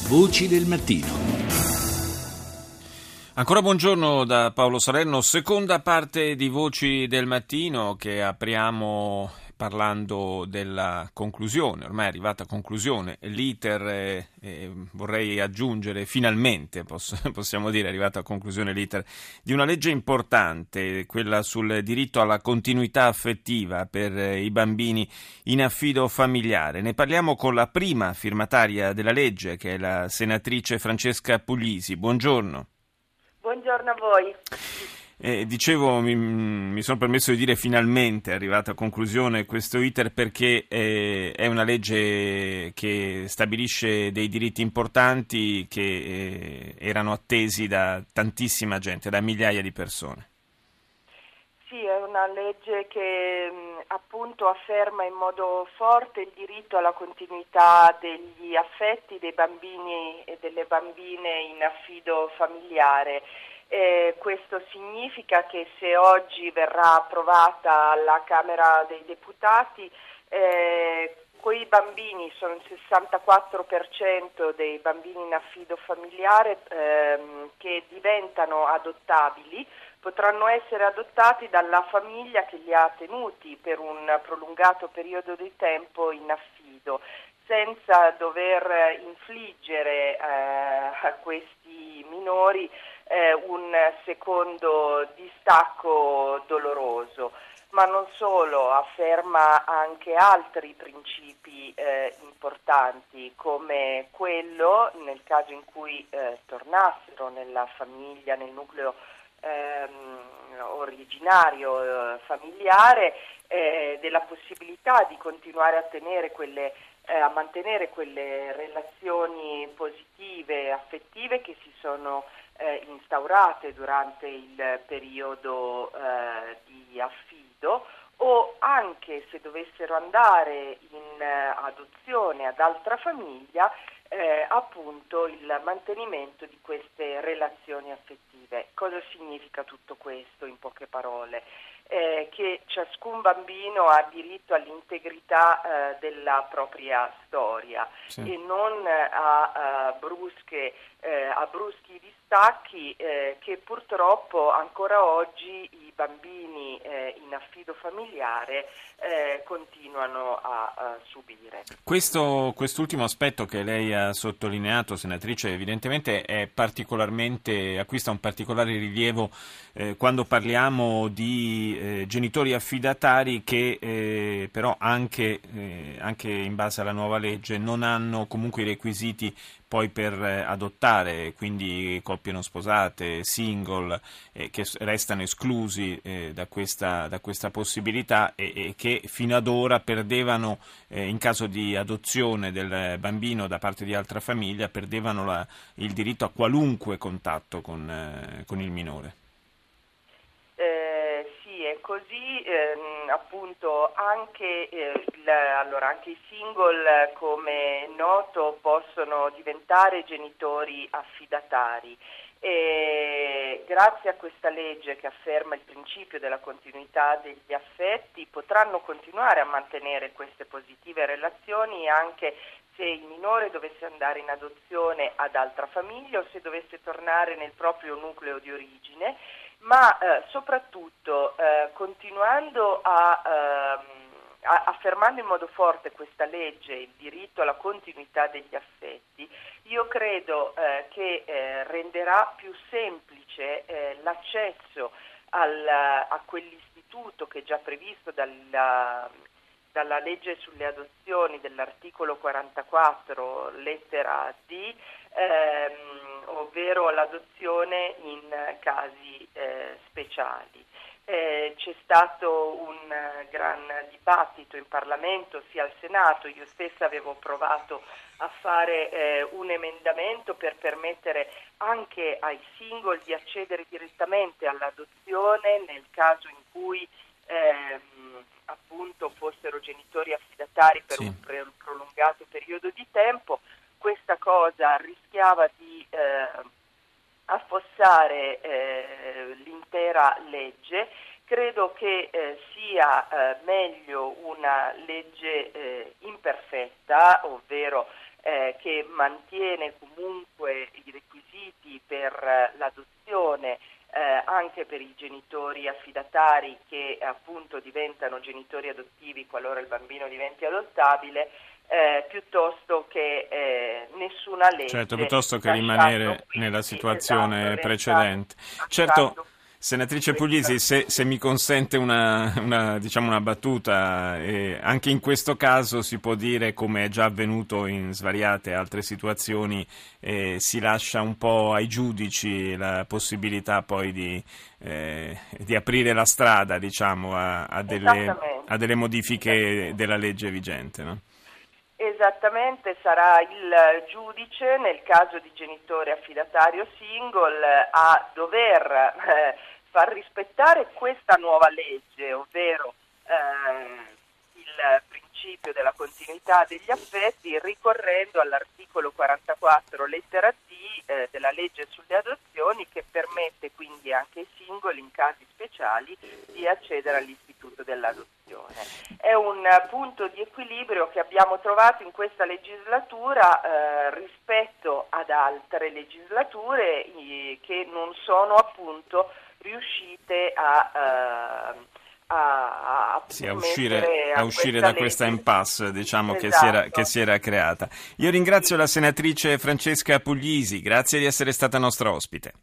Voci del mattino. Ancora buongiorno da Paolo Salerno, seconda parte di Voci del Mattino che apriamo parlando della conclusione, ormai è arrivata a conclusione, l'iter, vorrei aggiungere finalmente, possiamo dire, è arrivato a conclusione l'iter di una legge importante, quella sul diritto alla continuità affettiva per i bambini in affido familiare. Ne parliamo con la prima firmataria della legge, che è la senatrice Francesca Puglisi. Buongiorno. Buongiorno a voi. Dicevo, mi sono permesso di dire finalmente è arrivata a conclusione questo iter perché è una legge che stabilisce dei diritti importanti che erano attesi da tantissima gente, da migliaia di persone. Sì, è una legge che appunto afferma in modo forte il diritto alla continuità degli affetti dei bambini e delle bambine in affido familiare. Questo significa che se oggi verrà approvata alla Camera dei Deputati, quei bambini, sono il 64% dei bambini in affido familiare che diventano adottabili, potranno essere adottati dalla famiglia che li ha tenuti per un prolungato periodo di tempo in affido, senza dover infliggere a questi minori un secondo distacco doloroso. Ma non solo, afferma anche altri principi importanti, come quello, nel caso in cui tornassero nella famiglia, nel nucleo originario familiare, della possibilità di continuare a mantenere quelle relazioni positive, affettive che si sono instaurate durante il periodo di affido, o anche se dovessero andare in adozione ad altra famiglia, appunto il mantenimento di queste relazioni affettive. Cosa significa tutto questo in poche parole? Che ciascun bambino ha diritto all'integrità della propria storia, sì, e non a bruschi distacchi che purtroppo ancora oggi i bambini in affido familiare continuano a subire. Quest'ultimo aspetto che lei ha sottolineato, senatrice, evidentemente acquista un particolare rilievo quando parliamo di genitori affidatari che però anche in base alla nuova legge non hanno comunque i requisiti poi per adottare, quindi coppie non sposate, single, che restano esclusi da questa possibilità e che fino ad ora perdevano, in caso di adozione del bambino da parte di altra famiglia, perdevano il diritto a qualunque contatto con il minore. Sì, è così, appunto anche i single, come noto, possono diventare genitori affidatari. Grazie a questa legge che afferma il principio della continuità degli affetti, potranno continuare a mantenere queste positive relazioni anche se il minore dovesse andare in adozione ad altra famiglia o se dovesse tornare nel proprio nucleo di origine, ma soprattutto continuando affermando in modo forte questa legge, il diritto alla continuità degli affetti, io credo che renderà più semplice l'accesso a quell'istituto che è già previsto dalla legge sulle adozioni dell'articolo 44, lettera D, ovvero l'adozione in casi speciali. C'è stato un gran dibattito in Parlamento, sia al Senato. Io stessa avevo provato a fare un emendamento per permettere anche ai single di accedere direttamente all'adozione nel caso in cui appunto fossero genitori affidatari per un prolungato periodo di tempo. Questa cosa rischiava di affossare l'intera legge. Credo che sia meglio una legge imperfetta, ovvero che mantiene comunque i requisiti per l'adozione anche per i genitori affidatari che appunto diventano genitori adottivi qualora il bambino diventi adottabile, piuttosto che nessuna legge. Certo, piuttosto che rimanere nella situazione precedente. Certo. Senatrice Puglisi, se mi consente diciamo una battuta, anche in questo caso si può dire, come è già avvenuto in svariate altre situazioni, si lascia un po' ai giudici la possibilità poi di aprire la strada, diciamo, a delle modifiche della legge vigente, no? Esattamente, sarà il giudice, nel caso di genitore affidatario single, a dover far rispettare questa nuova legge, ovvero il principio della continuità degli affetti, ricorrendo all'articolo 44 lettera D della legge sulle adozioni, che permette quindi anche ai singoli in casi speciali di accedere all'istituto dell'adozione. È un punto di equilibrio che abbiamo trovato in questa legislatura rispetto ad altre legislature che non sono appunto riuscite a uscire da questa impasse, diciamo, esatto, che si era creata. Io ringrazio la senatrice Francesca Puglisi, grazie di essere stata nostra ospite.